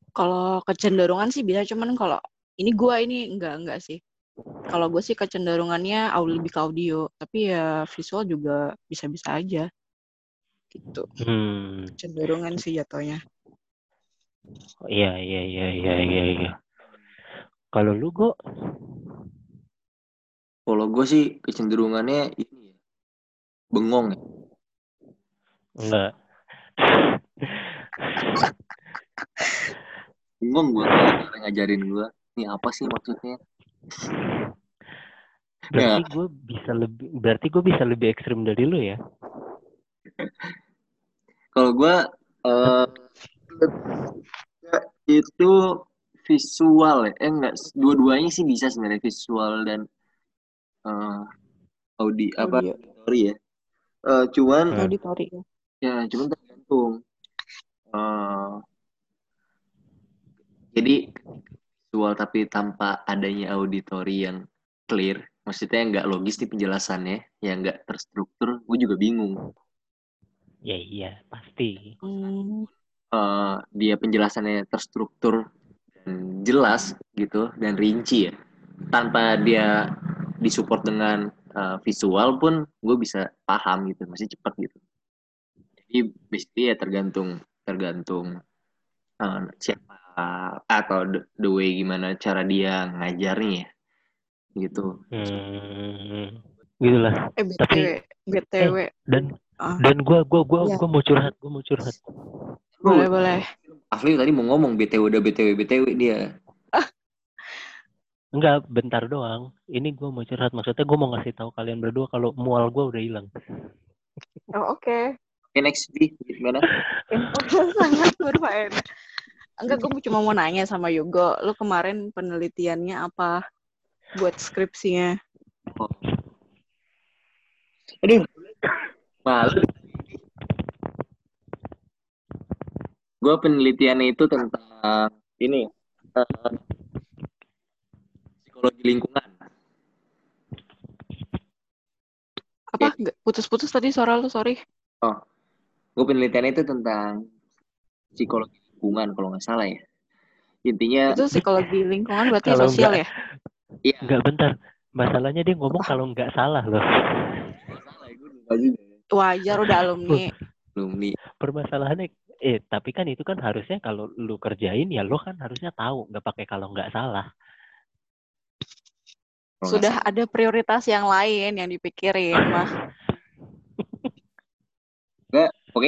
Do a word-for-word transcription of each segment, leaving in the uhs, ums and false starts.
Kalau kecenderungan sih bisa, cuman kalau ini gue ini enggak enggak sih. Kalau gue sih kecenderungannya audio lebih ke audio, tapi ya visual juga bisa-bisa aja. Gitu. Hmm. Kecenderungan sih jatuhnya. Oh, iya iya iya iya iya iya. Kalau lu kok? Kalau gue sih kecenderungannya ini ya, bengong ya. Enggak. Bengong gue kalau cara ngajarin gue. Ini apa sih maksudnya? Berarti Ya, gue bisa lebih berarti gue bisa lebih ekstrim dari lu ya? kalau gue uh, itu visual ya. Eh enggak, dua-duanya sih bisa sebenarnya, visual dan uh, audi apa Audio. sorry ya. Uh, cuman Hmm. Auditori ya. ya cuman tergantung. Uh, jadi visual tapi tanpa adanya auditori yang clear, maksudnya nggak logis nih penjelasannya, yang nggak terstruktur, gue juga bingung. Ya iya pasti. Hmm. Uh, dia penjelasannya terstruktur dan jelas gitu dan rinci ya, tanpa dia disupport dengan uh, visual pun gue bisa paham gitu, masih cepat gitu. Jadi basically ya tergantung tergantung uh, siapa atau the, the way gimana cara dia ngajarnya ya, gitu. Hmm. Gitulah. Eh Tapi BTW, eh BTW. dan Ah, dan gue gue gue ya, gue mau curhat gue mau curhat. boleh boleh. Afli tadi mau ngomong B T W udah B T W B T W dia. Enggak, bentar doang. Ini gue mau curhat. Maksudnya gue mau ngasih tahu kalian berdua kalau mual gue udah hilang. Oh, oke. Okay. Oke, next B gimana? Info sangat berfaedah. Enggak, gue cuma mau nanya sama Yogo. Lu kemarin penelitiannya apa buat skripsinya? Oh. Aduh, malu. Gue penelitiannya itu tentang ini uh, psikologi lingkungan. Apa? Ya. Enggak, putus-putus tadi suara lu, sorry. Oh, gue penelitiannya itu tentang psikologi lingkungan kalau nggak salah ya. Intinya, Itu psikologi lingkungan berarti Kalau sosial enggak ya? iya. enggak bentar. Masalahnya dia ngomong Apa? kalau enggak salah loh. Nggak salah ya, gue lupa juga. Wajar udah alumni. Belum nih. Permasalahannya eh tapi kan itu kan harusnya kalau lu kerjain ya lu kan harusnya tahu, nggak pakai kalau nggak salah. Kalau nggak Sudah salah. ada prioritas yang lain yang dipikirin mah. Nggak, oke.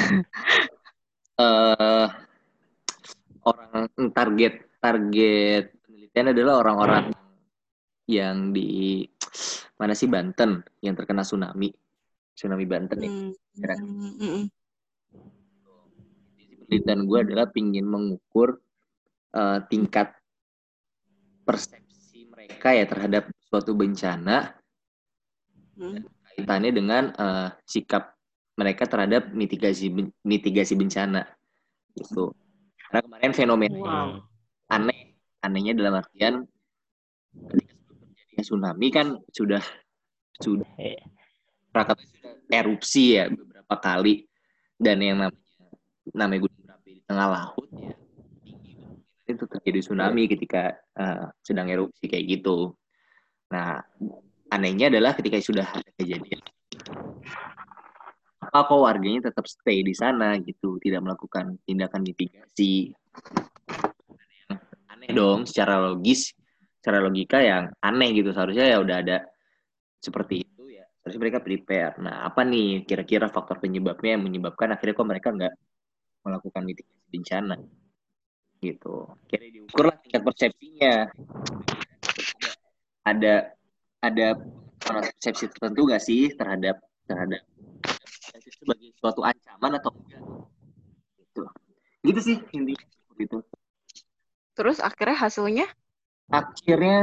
Uh, orang target target penelitian adalah orang-orang yang di mana sih, Banten, yang terkena tsunami tsunami Banten ya. Hmm. Kira. Hmm. Hmm. Penelitian gue adalah pingin mengukur uh, tingkat persepsi mereka ya terhadap suatu bencana Hmm. dan kaitannya dengan uh, sikap mereka terhadap mitigasi mitigasi bencana gitu. Karena kemarin fenomenanya Wow. aneh, anehnya dalam artian ketika sebelum terjadinya tsunami kan sudah sudah Eh, Krakatau sudah erupsi ya beberapa kali, dan yang namanya namanya gunung berapi di tengah laut ya tinggi kemungkinan itu terjadi tsunami ketika uh, sedang erupsi kayak gitu. Nah, anehnya adalah ketika sudah ada kejadian, apa kok warganya tetap stay di sana gitu, tidak melakukan tindakan mitigasi. Aneh dong, secara logis, secara logika yang aneh gitu. Seharusnya ya udah ada seperti itu ya, harusnya mereka prepare. Nah, apa nih kira-kira faktor penyebabnya yang menyebabkan akhirnya kok mereka nggak melakukan mitigasi bencana gitu. Akhirnya diukur lah tingkat persepsinya. Ada ada persepsi tertentu nggak sih terhadap terhadap itu sebagai suatu ancaman atau enggak gitu. Gitu sih intinya itu. Terus akhirnya hasilnya? Akhirnya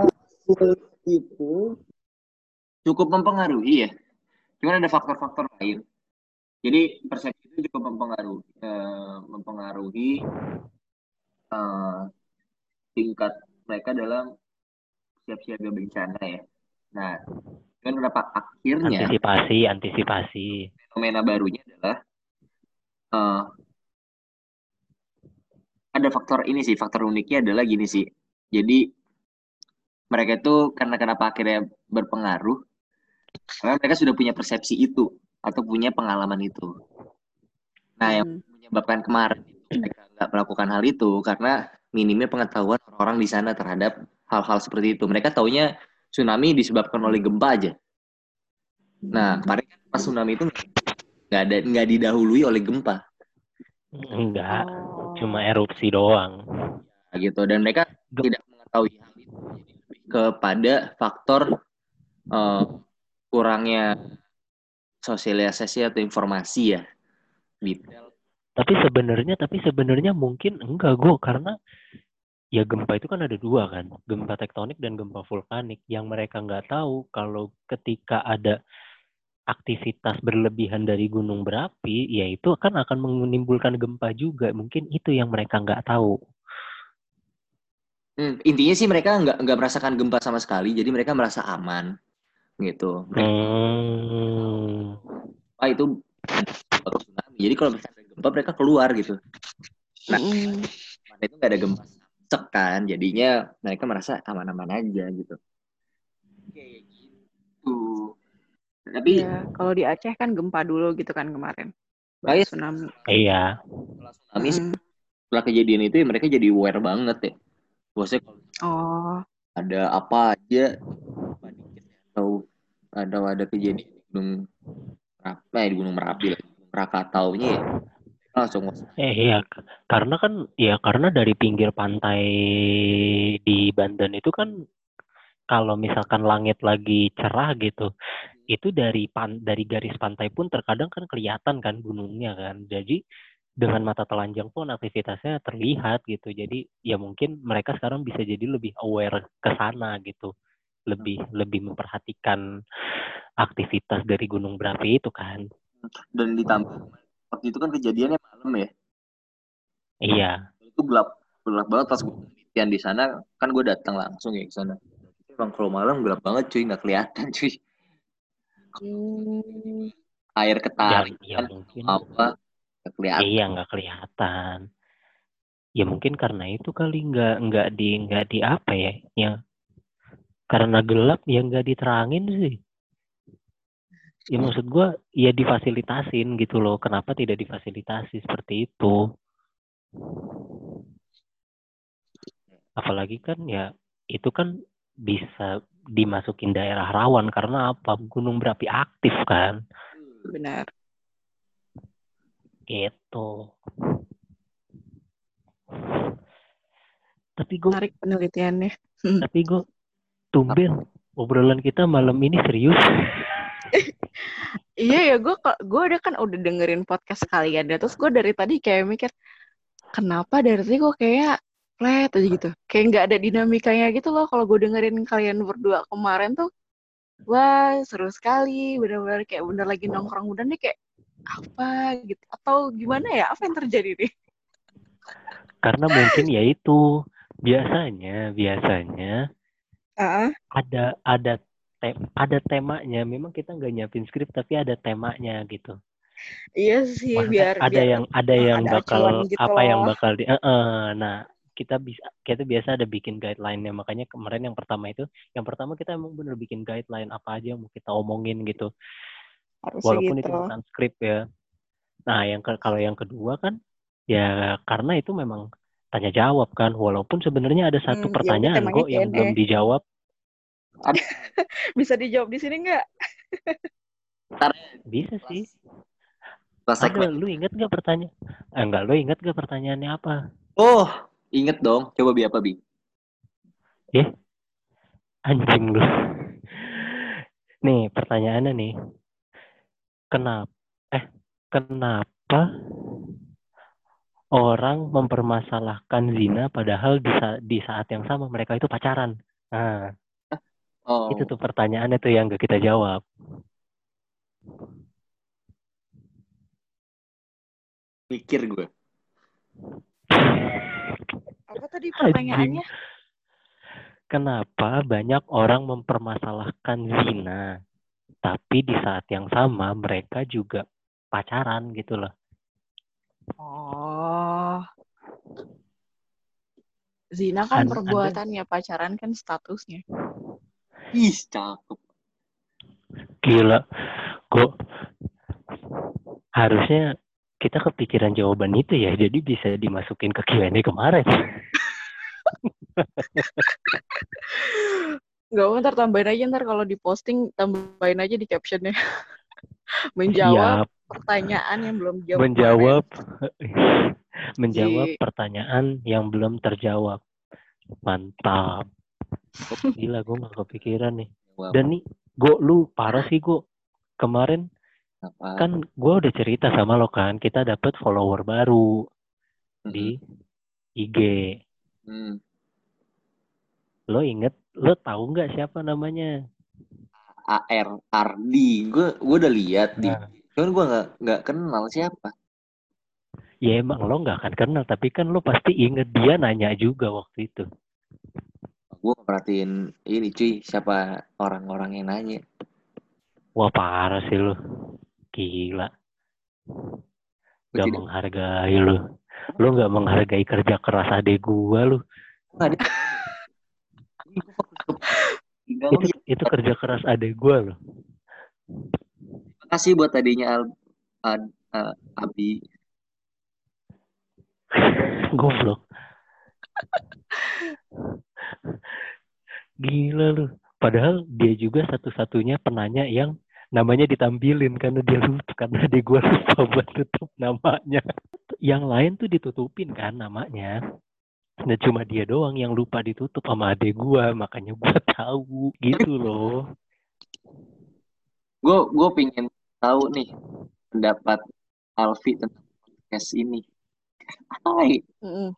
itu cukup mempengaruhi ya. Cuman ada faktor-faktor lain. Jadi persepsi itu cukup mempengaruhi eh, mempengaruhi eh, tingkat mereka dalam siap siaga bencana ya. Nah, kan kenapa akhirnya antisipasi, antisipasi. fenomena barunya adalah eh, ada faktor ini sih, faktor uniknya adalah gini sih. Jadi mereka itu karena kenapa akhirnya berpengaruh, karena mereka sudah punya persepsi itu atau punya pengalaman itu. Nah, yang Hmm. menyebabkan kemarin mereka nggak melakukan hal itu karena minimnya pengetahuan orang-orang di sana terhadap hal-hal seperti itu. Mereka taunya tsunami disebabkan oleh gempa aja. Nah, kemarin kan pas tsunami itu nggak ada nggak didahului oleh gempa. Enggak, Oh. cuma erupsi doang. Nah, gitu. Dan mereka Gem- tidak mengetahui hal itu. Jadi lebih kepada faktor uh, kurangnya sosialisasi atau informasi ya, detail. Tapi sebenarnya, tapi sebenarnya mungkin enggak gue, karena ya gempa itu kan ada dua kan, gempa tektonik dan gempa vulkanik. Yang mereka nggak tahu kalau ketika ada aktivitas berlebihan dari gunung berapi, ya itu kan akan menimbulkan gempa juga. Mungkin itu yang mereka nggak tahu. Hmm, intinya sih mereka nggak nggak merasakan gempa sama sekali, jadi mereka merasa aman gitu. Mereka Hmm. ah itu ada tsunami. Jadi kalau misalnya ada gempa mereka keluar gitu. Nah, Mm-mm. mana itu nggak ada gempa sek kan, jadinya mereka merasa aman-aman aja gitu. Kayak gitu. Tapi Ya, kalau di Aceh kan gempa dulu gitu kan kemarin. oh Baru ya, tsunami. Iya. setelah tsunami sih, Mm-mm. setelah kejadian itu ya mereka jadi aware banget ya. Bosnya kalau Oh, ada apa aja atau ada ada kejadian di gunung Merapi, eh, di gunung Merapi lah, Krakataunya ya langsung Eh iya, k- karena kan ya karena dari pinggir pantai di Banten itu kan kalau misalkan langit lagi cerah gitu, itu dari pan dari garis pantai pun terkadang kan kelihatan kan gunungnya kan. Jadi dengan mata telanjang pun aktivitasnya terlihat gitu. Jadi ya mungkin mereka sekarang bisa jadi lebih aware ke sana gitu. Lebih lebih memperhatikan aktivitas dari gunung berapi itu kan. dan ditambah waktu itu kan kejadiannya malam ya. Iya. Itu gelap gelap banget pas gue penelitian di sana kan gue datang langsung ya ke sana. Emang kalau malam gelap banget cuy, nggak kelihatan cuy. hmm. Air Ya, ketarik ya kan mungkin. apa nggak kelihatan. Iya nggak kelihatan. Ya mungkin karena itu kali nggak nggak di nggak di apa ya, ya karena gelap ya nggak diterangin sih. Ya maksud gue ya difasilitasin gitu loh. Kenapa tidak difasilitasi seperti itu? Apalagi kan ya itu kan bisa dimasukin daerah rawan karena apa? Gunung berapi aktif kan. Benar. Gitu. Tapi gue Menarik penelitiannya. tapi gue tumben obrolan kita malam ini serius. Iya ya, gue gue udah kan udah dengerin podcast kalian ya. Terus gue dari tadi kayak mikir, kenapa dari tadi kok kayak flat aja gitu. Kayak nggak ada dinamikanya gitu loh. Kalau gue dengerin kalian berdua kemarin tuh, wah seru sekali. Bener-bener kayak bener lagi nongkrong udah nih kayak apa gitu. Atau gimana ya, apa yang terjadi nih? Karena mungkin ya itu biasanya biasanya Uh-uh. ada ada te, ada temanya. Memang kita nggak nyiapin skrip tapi ada temanya gitu. Iya sih, Maksudnya biar ada biar yang ada uh, yang ada acuan bakal gitu apa yang loh. bakal di eh, eh, nah kita bisa kita biasa ada bikin guideline-nya. Makanya kemarin yang pertama itu yang pertama kita emang bener bikin guideline apa aja yang mau kita omongin gitu. Harusnya Walaupun gitu. itu bukan skrip ya. Nah, yang ke, kalau yang kedua kan ya karena itu memang tanya jawab kan. Walaupun sebenarnya ada satu Hmm, ya udah pertanyaan temanya kok yang Q and A. belum dijawab. Ada Bisa dijawab di sini nggak? ntar Bisa sih. pas Ada, segmen. lu inget gak pertanyaan? Eh, enggak, lu inget gak pertanyaannya apa? Oh, inget dong. Coba bi apa bi? Eh, anjing lu. Nih, pertanyaannya nih. Kenapa? Eh, kenapa orang mempermasalahkan zina padahal di, sa- di saat yang sama mereka itu pacaran? Nah, itu Oh, tuh pertanyaannya tuh yang gak kita jawab. mikir gue. Apa tadi Anjing. pertanyaannya? Kenapa banyak orang mempermasalahkan zina, tapi di saat yang sama mereka juga pacaran gitu loh. Oh, Zina kan An- perbuatan ya, pacaran kan statusnya. Ih, cakep. Gila, kok harusnya kita kepikiran jawaban itu ya, jadi bisa dimasukin ke Q and A kemarin. Gak mau, ntar tambahin aja, ntar kalau di posting tambahin aja di captionnya. Menjawab Siap. pertanyaan yang belum dijawab Menjawab kemarin. menjawab Ji. pertanyaan yang belum terjawab. Mantap. Gila, gue gak kepikiran nih. Wow. Dan nih, gue lu parah sih gue. Kemarin Apa? kan gue udah cerita sama lo kan, kita dapet follower baru Mm-mm. di I G. Hmm. Lo inget, lo tahu nggak siapa namanya? A R R D. Gue gue udah lihat di. Nah, Cuman gue nggak nggak kenal siapa. ya emang lo nggak akan kenal, tapi kan lo pasti inget, dia nanya juga waktu itu. Gue perhatiin ini cuy, siapa orang-orang yang nanya. Wah parah sih lo, gila. Gue Gak tidak. menghargai lo. Lo nggak menghargai kerja keras adek gua lo. Nggak ada. Gue fokus ke tinggal Itu lihat. itu kerja keras adek gua lo. Terima kasih buat tadinya Al, Ad, uh, Abi. Goblok. Gila lu. Padahal dia juga satu-satunya penanya yang namanya ditampilin karena dia lupa, karena dia gua lupa buat tutup namanya. Yang lain tuh ditutupin kan namanya. Nah cuma dia doang yang lupa ditutup sama adek gua, makanya gua tahu gitu loh. Gue gue pengen tahu nih pendapat Alfi tentang podcast ini. Hai. Mm-mm.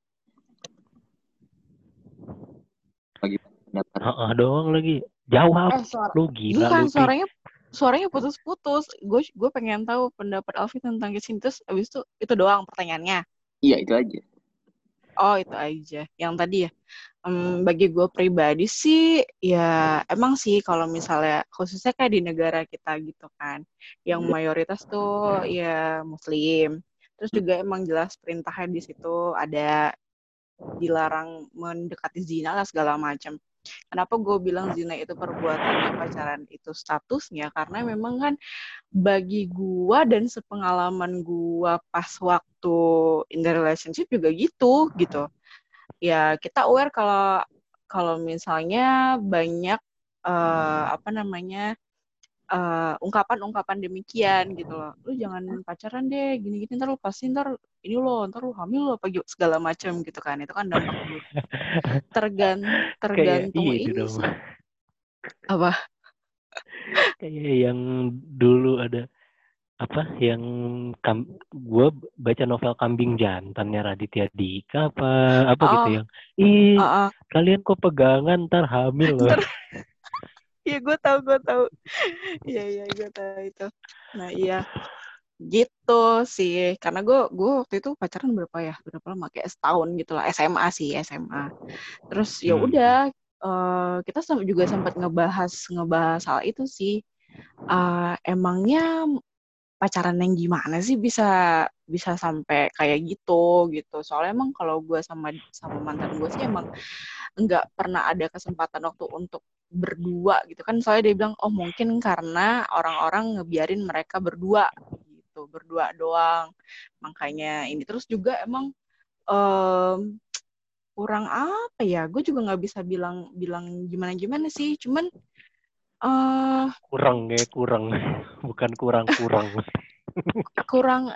Bagaimana pendapat? Heeh doang lagi. Jawab. Eh, suara. Lu gila Bukan, lu, Pi. suaranya suaranya putus-putus. Gue gue pengen tahu pendapat Alfi tentang kesini, terus abis itu itu doang pertanyaannya. Iya itu aja. Oh, itu aja. Yang tadi ya. Um, bagi gue pribadi sih, ya emang sih kalau misalnya khususnya kayak di negara kita gitu kan, yang mayoritas tuh ya Muslim. Terus juga emang jelas perintahnya di situ ada dilarang mendekati zina lah segala macam. Kenapa gue bilang zina itu perbuatannya, pacaran itu statusnya? Karena memang kan bagi gue dan sepengalaman gue pas waktu in the relationship juga gitu gitu. Ya kita aware kalau kalau misalnya banyak uh, apa namanya uh, ungkapan-ungkapan demikian gitu loh. Lu jangan pacaran deh, gini-gini ntar lu pasti ntar ini lo, ntar lu hamil lo, pagi segala macam gitu kan. Itu kan dampak buruk. Tergan Kayak tergantung ini ini dong. sih. Apa? Kayak yang dulu ada apa yang kam, gue baca novel Kambing Jantannya Raditya Dika apa apa Oh, gitu yang ih uh, uh. kalian kok pegangan ntar hamil loh. Ntar, iya gue tahu gue tahu. Iya iya gue tahu itu. Nah iya gitu sih, karena gue gue waktu itu pacaran berapa ya, berapa lama, kayak setahun gitu lah, S M A sih S M A. Terus ya Hmm. udah uh, kita juga sempat ngebahas ngebahas hal itu sih. Uh, emangnya pacaran yang gimana sih bisa bisa sampai kayak gitu gitu. Soalnya emang kalau gue sama sama mantan gue sih emang nggak pernah ada kesempatan waktu untuk berdua gitu kan. Soalnya dia bilang oh mungkin karena orang-orang ngebiarin mereka berdua gitu, berdua doang. Makanya ini terus juga emang um, kurang apa ya? Gue juga nggak bisa bilang bilang gimana gimana sih. Cuman uh, kurang ya kurang bukan kurang kurang kurang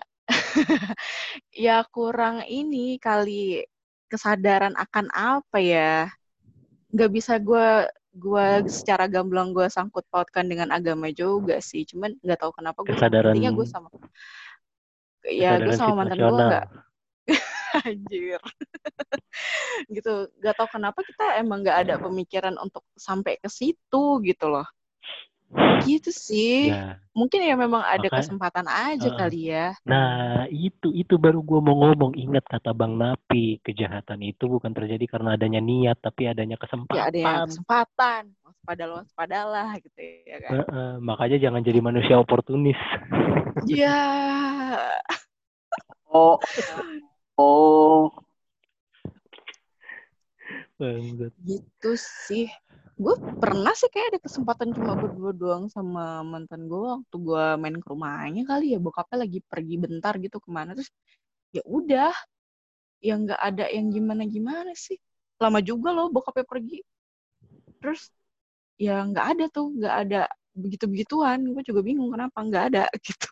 ya kurang ini kali kesadaran akan apa ya, nggak bisa gue gue secara gamblang gue sangkut pautkan dengan agama juga sih, cuman nggak tahu kenapa gue sama kesadaran intinya gue sama ya gue kesadaran sama mantan gue situasional. nggak anjir gitu, nggak tahu kenapa kita emang nggak ada pemikiran untuk sampai ke situ gitu loh. Gitu sih. Ya, Mungkin ya memang ada maka, kesempatan aja uh, kali ya. nah itu itu baru gue mau ngomong, ingat kata Bang Napi, kejahatan itu bukan terjadi karena adanya niat tapi adanya Ya ada yang kesempatan. kesempatan, waspadalah waspadalah gitu ya kan. Uh, uh, makanya jangan jadi manusia oportunis. Iya. Oh, oh, Banget. Gitu sih. Gue pernah sih kayak ada kesempatan cuma berdua doang sama mantan gue waktu gue main ke rumahnya kali ya, bokapnya lagi pergi bentar gitu kemana, terus ya udah, ya nggak ada yang gimana-gimana sih. Lama juga loh bokapnya pergi. Terus ya nggak ada tuh, nggak ada begitu-begituan. Gue juga bingung kenapa nggak ada gitu.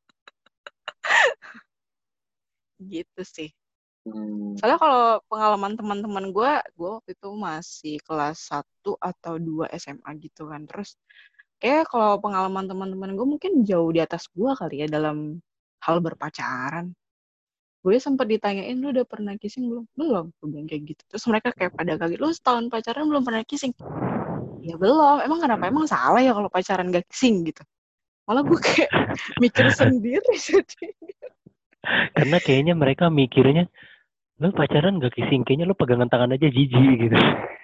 Gitu sih. Hmm. Soalnya kalau pengalaman teman-teman gue, gue waktu itu masih kelas satu atau dua S M A gitu kan. Terus kayak kalau pengalaman teman-teman gue mungkin jauh di atas gue kali ya dalam hal berpacaran. Gue sempat ditanyain, lu udah pernah kissing belum? Belum, gue bilang kayak gitu. Terus mereka kayak pada kaget, lu setahun pacaran belum pernah kissing? Ya belum, emang kenapa? Emang salah ya kalau pacaran gak kissing gitu? Malah gue kayak mikir sendiri jadi. Karena kayaknya mereka mikirnya, lu pacaran gak kissing, kayaknya lu pegangan tangan aja jijik gitu.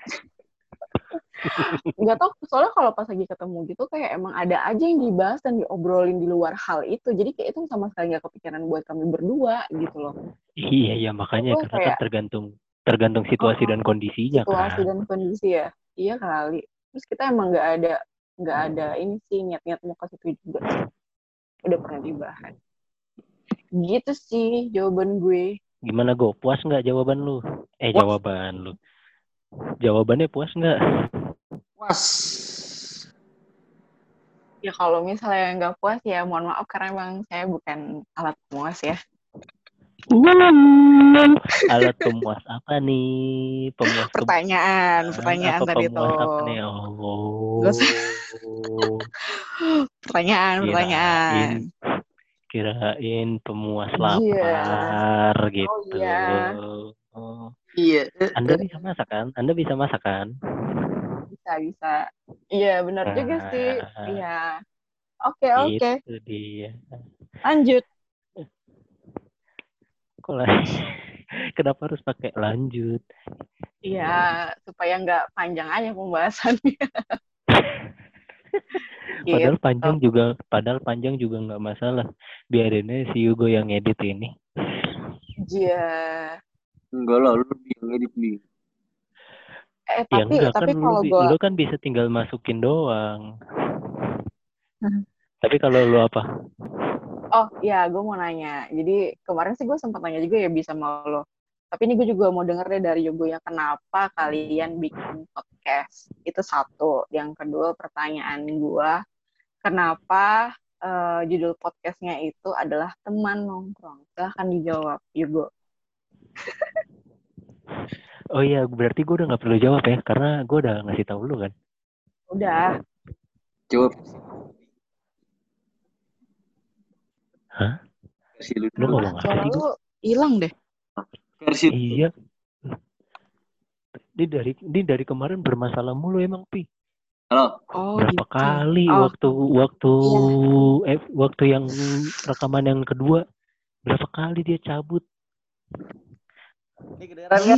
Nggak tau, soalnya kalau pas lagi ketemu gitu kayak emang ada aja yang dibahas dan diobrolin di luar hal itu. Jadi kayak itu sama sekali nggak kepikiran buat kami berdua gitu loh. Iya, ya makanya Gue karena kan kayak tergantung tergantung situasi oh, dan kondisinya situasi kan. dan kondisi ya. Iya kali. Terus kita emang nggak ada nggak ada ini sih niat-niat mau ke situ juga sih. Udah pernah dibahas. Gitu sih jawaban gue. Gimana Go? Puas nggak jawaban lu? Eh Puas. jawaban lu. Jawabannya puas nggak? Puas. Ya kalau misalnya nggak puas ya mohon maaf karena emang saya bukan alat pemuas ya. Alat pemuas apa nih? Pemuas Pertanyaan, kebutuhan pertanyaan apa tadi pemuas apa nih? tuh. Gak usah. Oh. Pertanyaan, pertanyaan. Kirain kirain pemuas Iya. lapar gitu. Oh iya. Oh. Iya. Anda bisa masak kan? Anda bisa masak kan? Bisa, bisa. Iya, benar juga sih. Nah, Iya. Oke, oke. itu dia. Lanjut. Kok lah? Kenapa harus pakai lanjut? Iya, supaya nggak panjang aja pembahasannya. Padahal Gitu. panjang juga, padahal panjang juga nggak masalah. Biarin aja si Hugo yang edit ini. Iya. Enggak lah, lu yang edit nih. Eh, Ya tapi enggak kan tapi lu, kalau bi- gue lu kan bisa tinggal masukin doang. Tapi kalau lu apa? Oh ya, gue mau nanya. Jadi kemarin sih gue sempat nanya juga ya bisa sama lo. Tapi ini gue juga mau denger deh dari Yogo ya, kenapa kalian bikin podcast? Itu satu. Yang kedua pertanyaan gue, kenapa eh, judul podcastnya itu adalah teman nongkrong? Silahkan dijawab, Yogo. Oh iya, berarti gue udah nggak perlu jawab ya, karena gue udah ngasih tahu lu kan. Udah. Jawab. Hah? Versi lu Lu dulu. ngomong apa Suara sih? lu hilang deh. Versi lu. Iya. Dia dari dia dari kemarin bermasalah mulu emang Pi. Halo. Oh Berapa gitu. kali Oh, waktu waktu iya. eh, waktu yang rekaman yang kedua, berapa kali dia cabut? Ini kedengeran kan?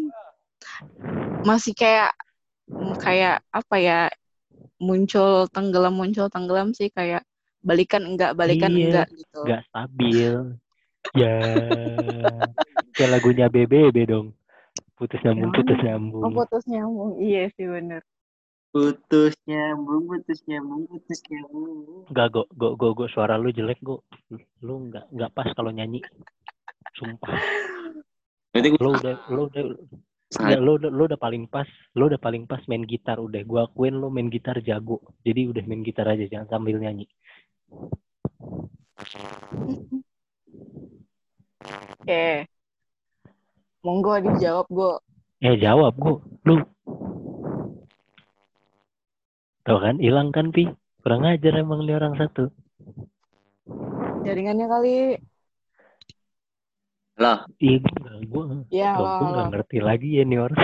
Masih kayak kayak apa ya, muncul tenggelam muncul tenggelam sih, kayak balikan enggak balikan Iya, enggak gitu. nggak stabil. Ya, kayak lagunya B B B dong. Putus nyambung, putus Oh, nyambung. putus nyambung. Iya sih bener. Putus nyambung, putus nyambung, putus nyambung. Enggak, go, go, go, go, suara lu jelek, go. Lu nggak nggak pas kalau nyanyi. Sumpah. Berarti gue Lu udah, lu udah, nggak, lu, udah- lu udah paling pas, lu udah paling pas main gitar udah. Gua akuin lu main gitar jago. Jadi udah main gitar aja, jangan sambil nyanyi. Oke. Monggo dijawab, Go. Eh jawab, go. Lu. Tuh kan, hilang kan, Pi? Kurang ajar emang nih orang satu. Jaringannya kali. lah. Iya, gue gue Ya, gue halo, nggak halo. ngerti lagi ya nih orang.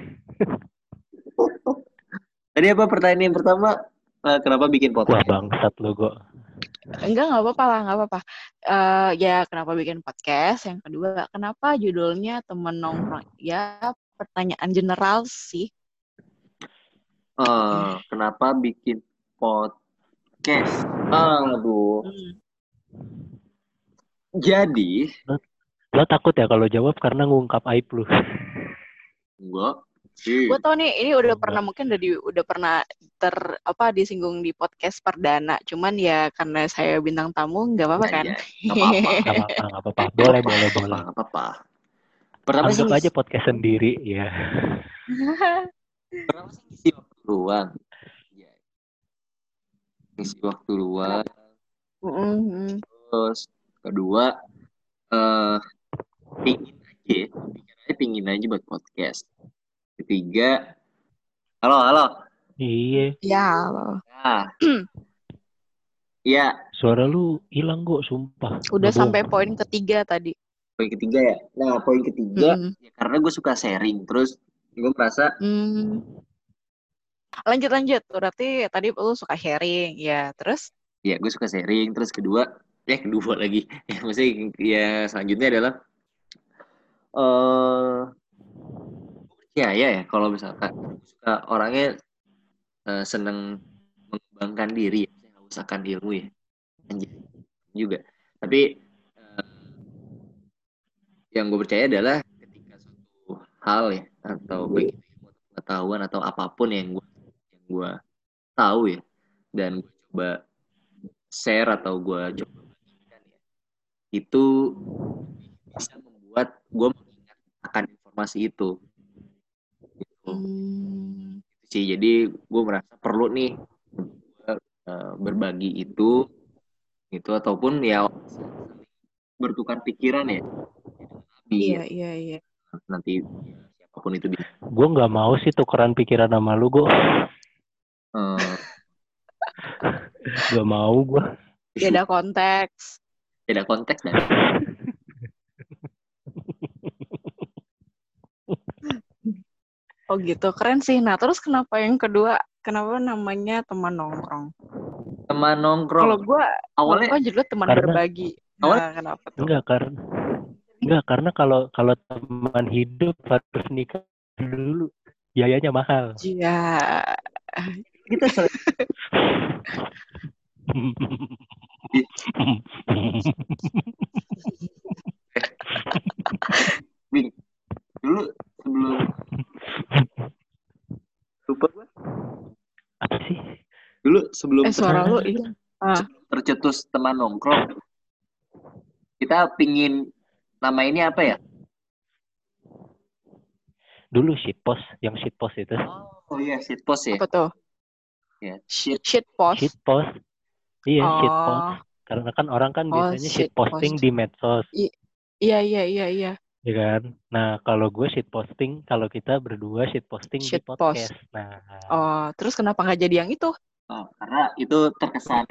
Tadi apa pertanyaan yang pertama? Uh, kenapa bikin Wah podcast? bangsat lo gue. Enggak, nggak apa-apa lah, nggak apa-apa. Uh, ya, kenapa bikin podcast? Yang kedua, kenapa judulnya temen nongkrong? Ya, pertanyaan general sih. Uh, kenapa bikin podcast? Aduh. Hmm. Jadi, Lo takut ya kalau jawab karena ngungkap aib lu. enggak. Gue tau nih, ini udah Enggak. pernah mungkin udah di, udah pernah ter apa disinggung di podcast perdana. Cuman ya karena saya bintang tamu, nggak apa-apa kan? Aja. Nggak apa-apa. Nggak apa-apa, nggak apa-apa. Boleh, Nggak boleh, apa-apa, boleh. nggak apa-apa. Pertama sih Anggap ngisi, aja podcast sendiri, ya. pertama sih ngisi waktu luang. Ya, ngisi waktu luang. Mm-mm. Terus kedua, eh pingin aja, pikirannya pingin aja buat podcast. Ketiga, halo, halo. Iya, Ya Allah. Nah, iya, suara lu hilang kok, sumpah. Udah Nggak sampai bohong. poin ketiga tadi. poin ketiga ya. Nah, poin ketiga, Mm-mm. ya karena gue suka sharing. Terus gue merasa, Hmm. Lanjut lanjut. Berarti tadi lu suka sharing, ya. Terus? ya gue suka sharing. Terus kedua, ya kedua lagi. Ya, maksudnya ya selanjutnya adalah, eh ya ya ya kalau misalkan gue suka orangnya eh, seneng mengembangkan diri, ya, haus akan ilmu ya, anjir juga. Tapi eh, yang gue percaya adalah ketika suatu hal ya atau baik itu ilmu atau pengetahuan atau apapun yang gue yang gue tahu ya dan gue coba share atau gue coba bagikan ya, itu bisa membuat gue mengingat akan informasi itu gitu. Hmm. Gitu sih, jadi gue merasa perlu nih gue eh, berbagi itu itu ataupun ya bertukar pikiran ya Iya, Jadi, iya, iya. nanti siapapun itu bisa Gue nggak mau sih tukeran pikiran sama lu, gue. eh, Gak mau gue. Beda konteks. beda konteks dan Oh gitu, keren sih. Nah, terus kenapa yang kedua? Kenapa namanya teman nongkrong? teman Kalau nongkrong gue, awalnya nongkrong judulnya teman Karena berbagi. awalnya Nah, kenapa tuh? enggak karena enggak karena kalau kalau teman hidup harus nikah dulu, biayanya mahal. Iya. kita sering Bing, dulu sebelum lupa gue Apa sih? dulu sebelum Eh, suara lu hilang. Ah, sebelum tercetus teman nongkrong kita pingin nama ini apa ya? Dulu shitpost, yang shitpost itu. Oh iya shitpost ya. apa tuh? Ya shit. Shit post. Shitpost. Iya, Oh. shitpost. Karena kan orang kan Oh, biasanya shit shitposting post. di medsos, I- Iya, iya, iya, iya. ya kan? Nah, kalau gue shitposting, kalau kita berdua shitposting di Shit post. podcast. Nah, Oh, terus kenapa nggak jadi yang itu? Oh, karena itu terkesan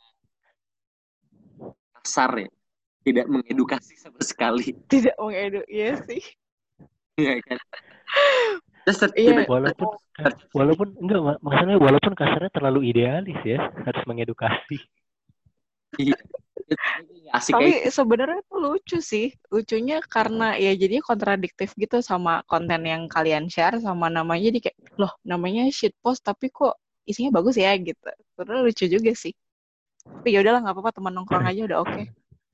kasar ya, tidak mengedukasi sama sekali. Tidak mengedu, iya sih. Iya kan? Terus ter- Iya. tiba- walaupun walaupun enggak mak- maksudnya walaupun kasarnya terlalu idealis ya, harus mengedukasi. Iya. Asik Tapi kayak sebenarnya itu lucu sih. Lucunya karena ya jadi kontradiktif gitu sama konten yang kalian share sama namanya. Jadi kayak, loh namanya shitpost tapi kok isinya bagus ya gitu. Sebenarnya lucu juga sih. Tapi ya udahlah nggak apa-apa, teman nongkrong aja udah oke.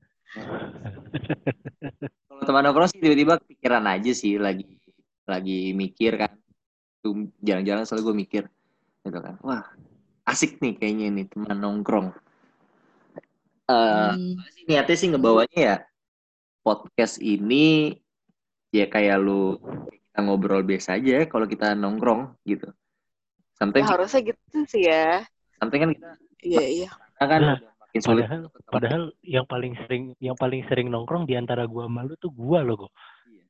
kalau teman nongkrong sih tiba-tiba pikiran aja sih, lagi lagi mikir kan. Tuh jalan-jalan selalu gue mikir gitu kan. Wah, asik nih kayaknya nih teman nongkrong. Eh, Hmm. niatnya sih ngebawanya ya podcast ini ya kayak lu kita ngobrol biasa aja kalau kita nongkrong gitu. Sampai Ya, harusnya gitu sih ya. sampai kan kita Iya, iya. kan Nah, udah makin sulit. padahal padahal yang paling sering yang paling sering nongkrong di antara gua sama lu tuh gua loh kok.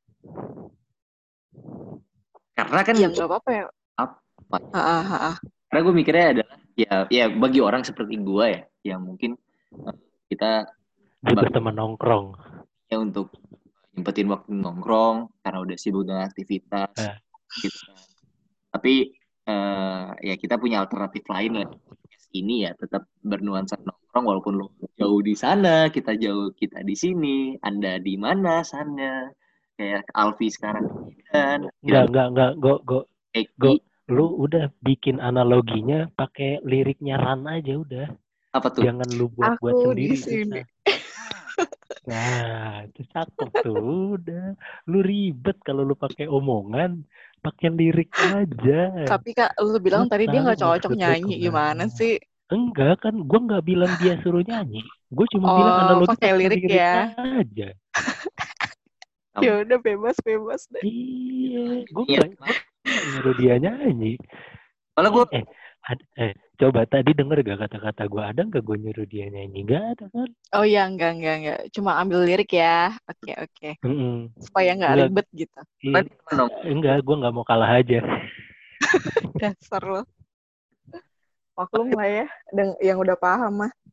Karena kan Ya nggak apa-apa ya. apa? Ah, ah, ah, ah. Karena gue mikirnya adalah ya ya bagi orang seperti gue ya yang mungkin eh, kita Butuh bak- teman nongkrong. ya untuk nyempetin waktu nongkrong karena udah sibuk dengan aktivitas Eh. gitu kan. Tapi eh, ya kita punya alternatif lain ya. Podcast ini ya tetap bernuansa nongkrong walaupun lo jauh di sana, kita jauh kita di sini, Anda di mana sana. Kayak Alfi sekarang dan Enggak enggak enggak go go go Eki lu udah bikin analoginya pakai liriknya Ran aja udah. apa tuh? Jangan lu buat-buat Aku sendiri. di sini. Susah. Nah, itu cakep tuh. Udah. Lu ribet kalau lu pakai omongan, pakai lirik aja. Tapi Kak, lu bilang Gue tadi dia tahu nggak cocok maksud lo nyanyi, gimana kemana. sih? Enggak kan, gue nggak bilang dia suruh nyanyi. Gue cuma bilang Oh, analogi pakai pakai lirik lirik ya. aja. Ya udah bebas bebas deh. Iya, gue Iya. nggak gue nggak nyuruh dia nyanyi. Malah gue Eh, ad- eh, coba tadi denger gak kata-kata gue? Ada nggak gue nyuruh dia nyanyi? Gak ada kan? Oh iya, enggak, enggak, enggak. Cuma ambil lirik ya. Oke, oke. Mm-mm. Supaya nggak Enggak, ribet gitu. iya, enggak, gue nggak mau kalah aja. Dasar lo. Maklum lah ya, deng- yang udah paham mah.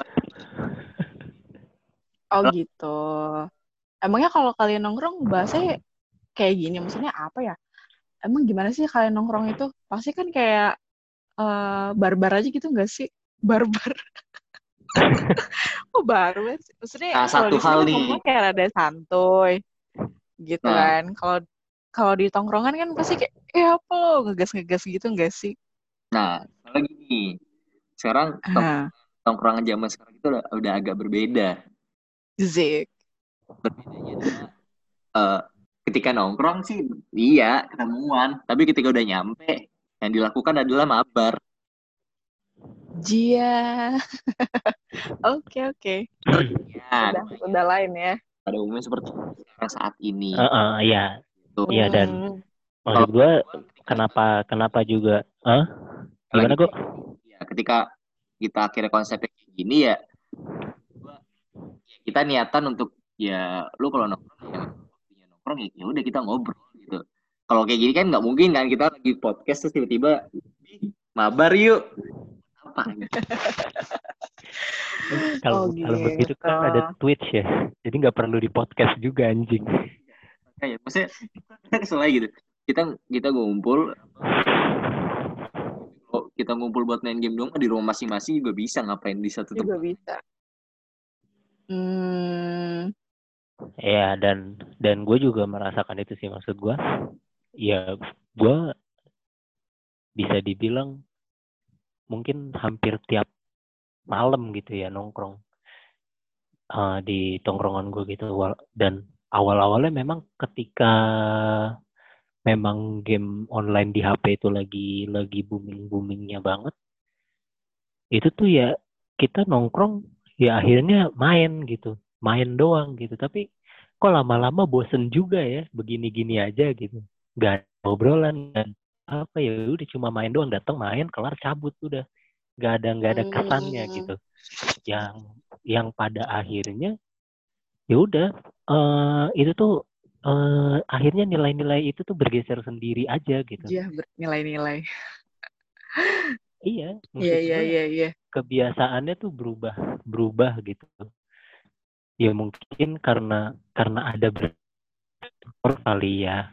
Oh gitu. Emangnya kalau kalian nongkrong bahasanya kayak gini, maksudnya apa ya? Emang gimana sih kalian nongkrong itu? Pasti kan kayak eh, barbar aja gitu nggak sih? Barbar. Oh baru sih. Maksudnya Nah, kalau satu di sini hal kan nih. ngomongnya kayak rada santuy gitu Nah, kan. Kalau kalau di tongkrongan kan pasti kayak, eh apa lo ngegas-ngegas gitu nggak sih? nah, lagi nih. Sekarang tong- Ah, tongkrongan zaman sekarang itu udah, udah agak berbeda. Zik. Berbedanya adalah eh, ketika nongkrong sih iya ketemuan, tapi ketika udah nyampe yang dilakukan adalah mabar. Jia. Oke oke. Ya, Udah udah lain ya. pada umumnya seperti sekarang saat ini. Heeh, iya, Tuh. iya dan Hmm. maksud Kalau gue kenapa kenapa juga, ah, lagi gimana kok? ya, ketika kita akhirnya konsepnya kayak gini ya, gua- ya kita niatan untuk ya lu kalau nongkrong ya waktunya nongkrong ya ya udah kita ngobrol gitu. Kalau kayak gini kan nggak mungkin kan kita lagi podcast terus tiba-tiba "Ih, mabar yuk apa gitu. Kalau Oh kalau begitu gitu. kan ada Twitch ya, jadi nggak perlu di podcast juga anjing. Kayak maksudnya kita kesel aja gitu. Kita kita ngumpul kalau kita ngumpul buat main game doang di rumah masing-masing juga bisa ngapain di satu Juga tempat. bisa. Hmm. Ya dan dan gue juga merasakan itu sih maksud gue. Ya gue bisa dibilang mungkin hampir tiap malam gitu ya nongkrong uh, di tongkrongan gue gitu. Dan awal-awalnya memang ketika memang game online di H P itu lagi lagi booming boomingnya banget, itu tuh ya kita nongkrong ya akhirnya main gitu, main doang gitu. Tapi kok lama-lama bosen juga ya begini-gini aja gitu, nggak ada obrolan dan apa ya udah cuma main doang, datang main kelar cabut udah, nggak ada nggak ada kesannya Hmm. gitu. Yang yang pada akhirnya ya udah uh, itu tuh uh, akhirnya nilai-nilai itu tuh bergeser sendiri aja gitu. Dia bernilai-nilai. Iya, Iya maksud iya gue iya iya. kebiasaannya tuh berubah berubah gitu. Ya mungkin karena karena ada berfaktor kali ya.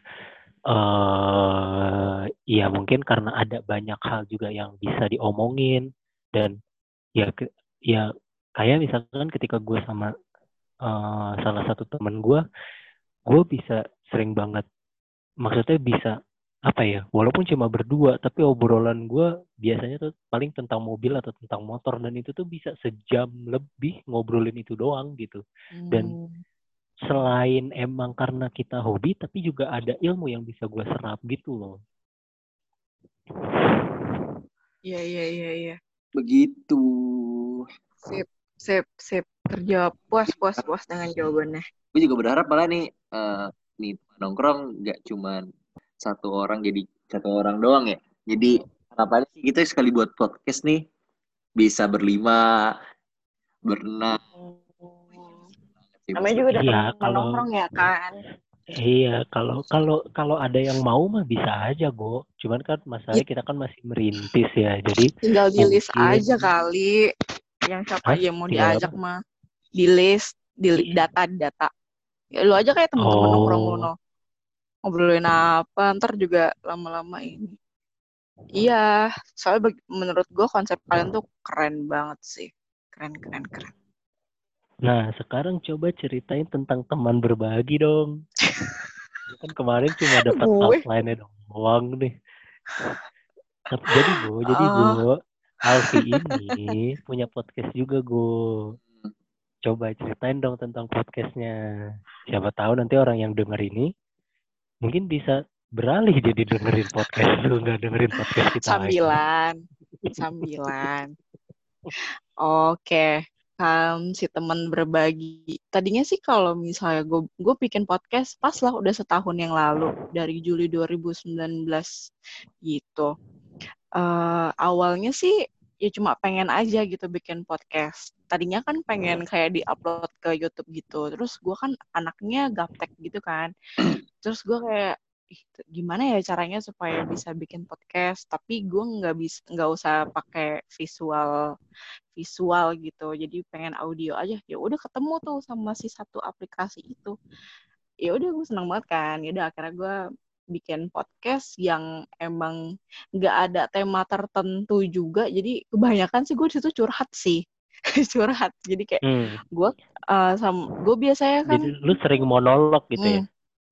Eh ya mungkin karena ada banyak hal juga yang bisa diomongin dan ya ke, ya kayak misalkan ketika gue sama uh, salah satu teman gue, gue bisa sering banget, maksudnya bisa apa ya, walaupun cuma berdua tapi obrolan gue biasanya tuh paling tentang mobil atau tentang motor dan itu tuh bisa sejam lebih ngobrolin itu doang gitu. Dan Hmm. selain emang karena kita hobi tapi juga ada ilmu yang bisa gue serap gitu loh. Iya iya iya iya. Begitu. Sip sip sip. Terjawab puas puas puas dengan jawabannya. Gue juga berharap malah nih eh, nih nongkrong nggak cuman satu orang jadi satu orang doang ya. Jadi harapannya sih kita sekali buat podcast nih bisa berlima, berenam. Namanya juga udah Iya teman kalau nongkrong ya kan. iya kalau kalau kalau ada yang mau mah bisa aja Go. Cuman kan masalahnya kita kan masih merintis ya. Jadi Tinggal di list mungkin aja kali. Yang siapa Hah? aja yang mau Tinggal diajak apa? mah. Di list, di li- data, di data. Ya lu aja kayak teman-teman nongkrong lu Oh, no. Ngobrolin apa, ntar juga lama-lama ini. Iya, soalnya bagi- menurut gue konsep kalian tuh keren banget sih. Keren, keren, keren. nah sekarang coba ceritain tentang teman berbagi dong. Kan kemarin cuma dapat Gue, outline-nya doang nih. Tapi- Jadi Go, jadi ah, Go, Alfi ini punya podcast juga Go. coba ceritain dong tentang podcastnya. Siapa tahu nanti orang yang denger ini mungkin bisa beralih jadi dengerin podcast lu, nggak dengerin podcast kita lagi. Sambilan, sambilan. Oke, um, si teman berbagi. Tadinya sih kalau misalnya gue gue bikin podcast pas lah udah setahun yang lalu dari Juli dua ribu sembilan belas gitu. Uh, awalnya sih ya cuma pengen aja gitu bikin podcast. Tadinya kan pengen kayak di-upload ke YouTube gitu. Terus gue kan anaknya gaptek gitu kan. Terus gue kayak ih, gimana ya caranya supaya bisa bikin podcast tapi gue nggak bisa nggak usah pakai visual visual gitu. Jadi pengen audio aja. Ya udah ketemu tuh sama si satu aplikasi itu. Ya udah gue seneng banget kan. Ya udah akhirnya gue bikin podcast yang emang nggak ada tema tertentu juga. Jadi kebanyakan sih gue di situ curhat sih. curhat. Jadi kayak Hmm. gue uh, sama gue biasanya kan Jadi lu sering monolog gitu hmm, ya?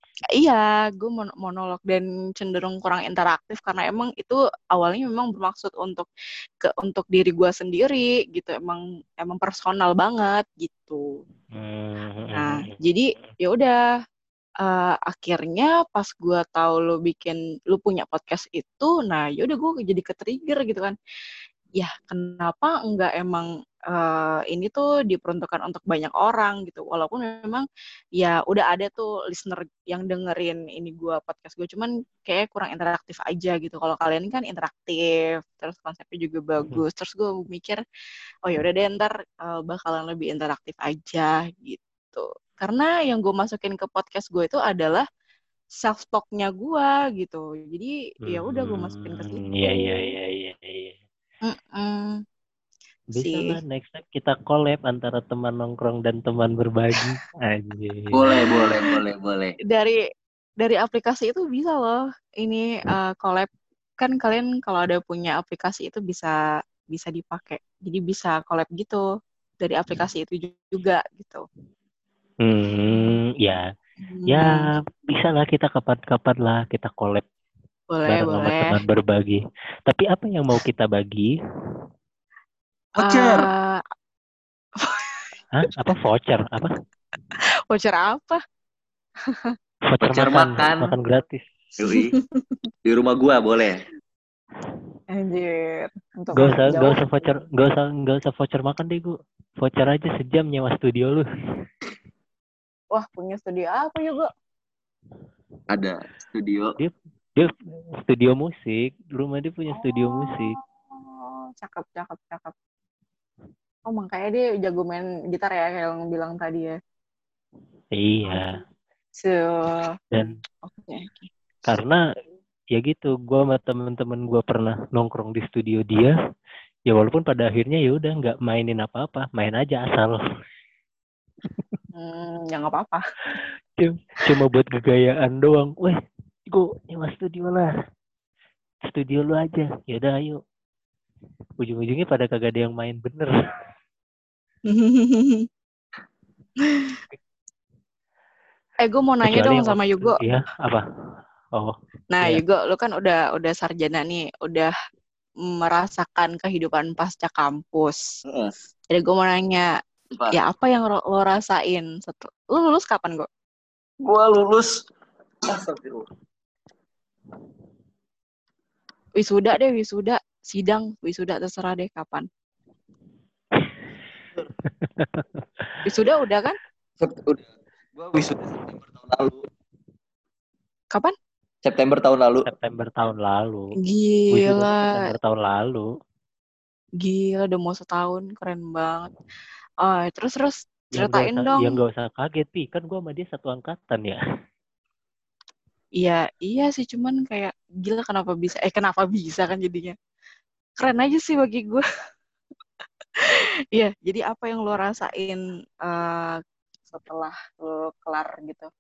Iya, gue mon- monolog dan cenderung kurang interaktif karena emang itu awalnya memang bermaksud untuk ke untuk diri gue sendiri gitu, emang emang personal banget gitu. Nah, Hmm. jadi ya udah uh, akhirnya pas gue tahu lo bikin lo punya podcast itu, nah ya udah gue jadi ke-trigger gitu kan. Ya kenapa enggak emang uh, ini tuh diperuntukkan untuk banyak orang gitu, walaupun memang ya udah ada tuh listener yang dengerin ini gue podcast gue, cuman kayak kurang interaktif aja gitu. Kalau kalian kan interaktif, terus konsepnya juga bagus, terus gue mikir oh ya udah deh ntar uh, bakalan lebih interaktif aja gitu, karena yang gue masukin ke podcast gue itu adalah self talk-nya gue gitu, jadi ya udah gue masukin ke Hmm, situ. iya iya iya iya iya. Mm-mm. Bisa Sih. lah next time kita collab antara teman nongkrong dan teman berbagi. Anjir. Boleh, boleh, boleh, boleh. Dari dari aplikasi itu bisa loh. Ini uh, collab, kan kalian kalau ada punya aplikasi itu bisa bisa dipakai. Jadi bisa collab gitu dari aplikasi itu juga gitu. Hmm, ya. Ya, Hmm, bisa lah kita kapan-kapan lah kita collab boleh bareng sama boleh. teman berbagi. Tapi apa yang mau kita bagi? Voucher. Uh, Hah? Apa voucher? Apa? voucher apa? Voucher Voucher makan, makan. makan gratis. Yoi. Di rumah gua boleh. Anjir, untuk Gak usah, gak jauh. usah voucher, gak usah, gak usah voucher makan deh gua. Voucher aja sejam nyewa studio lu. Wah, punya studio apa juga? Ada studio. Dia, dia studio musik. Rumah dia punya studio musik. Oh, cakep, cakep, cakep. Oh, makanya dia jago main gitar ya, kayak yang bilang tadi ya. Iya. So, Dan oke. Okay. karena ya gitu, gue sama temen-temen gue pernah nongkrong di studio dia. Ya walaupun pada akhirnya ya udah nggak mainin apa-apa, main aja asal. Hmm, ya nggak apa-apa. Cuma buat kegayaan doang. Weh, gue nyewa studio lah. Studio lu aja. Ya udah ayo. Ujung-ujungnya pada kagak ada yang main bener. Eh, gue mau nanya Kecuali dong yang sama Yugo. Iya, apa? Oh. Nah, Iya. Yugo, lu kan udah udah sarjana nih, udah merasakan kehidupan pasca kampus. Heeh. Jadi gue mau nanya, Apa? ya apa yang lo, lo rasain? Setel, lu lulus kapan, Go? Gua lulus. Astagfirullah. Wisuda deh, wisuda. Sidang, wisuda, terserah deh kapan. Wisuda udah kan? Udah. Gua wisuda September tahun lalu. Kapan? September tahun lalu. September tahun lalu. Gila. Wisuda September tahun lalu. Gila, udah mau setahun. Keren banget. Oh, terus terus ceritain Yang gak usah, dong. yang gak usah kaget, Pi. Kan gue sama dia satu angkatan ya. Iya, iya sih. Cuman kayak, gila kenapa bisa. Eh, kenapa bisa kan jadinya. Keren aja sih bagi gue. Iya, jadi apa yang lo rasain uh, setelah lo kelar gitu?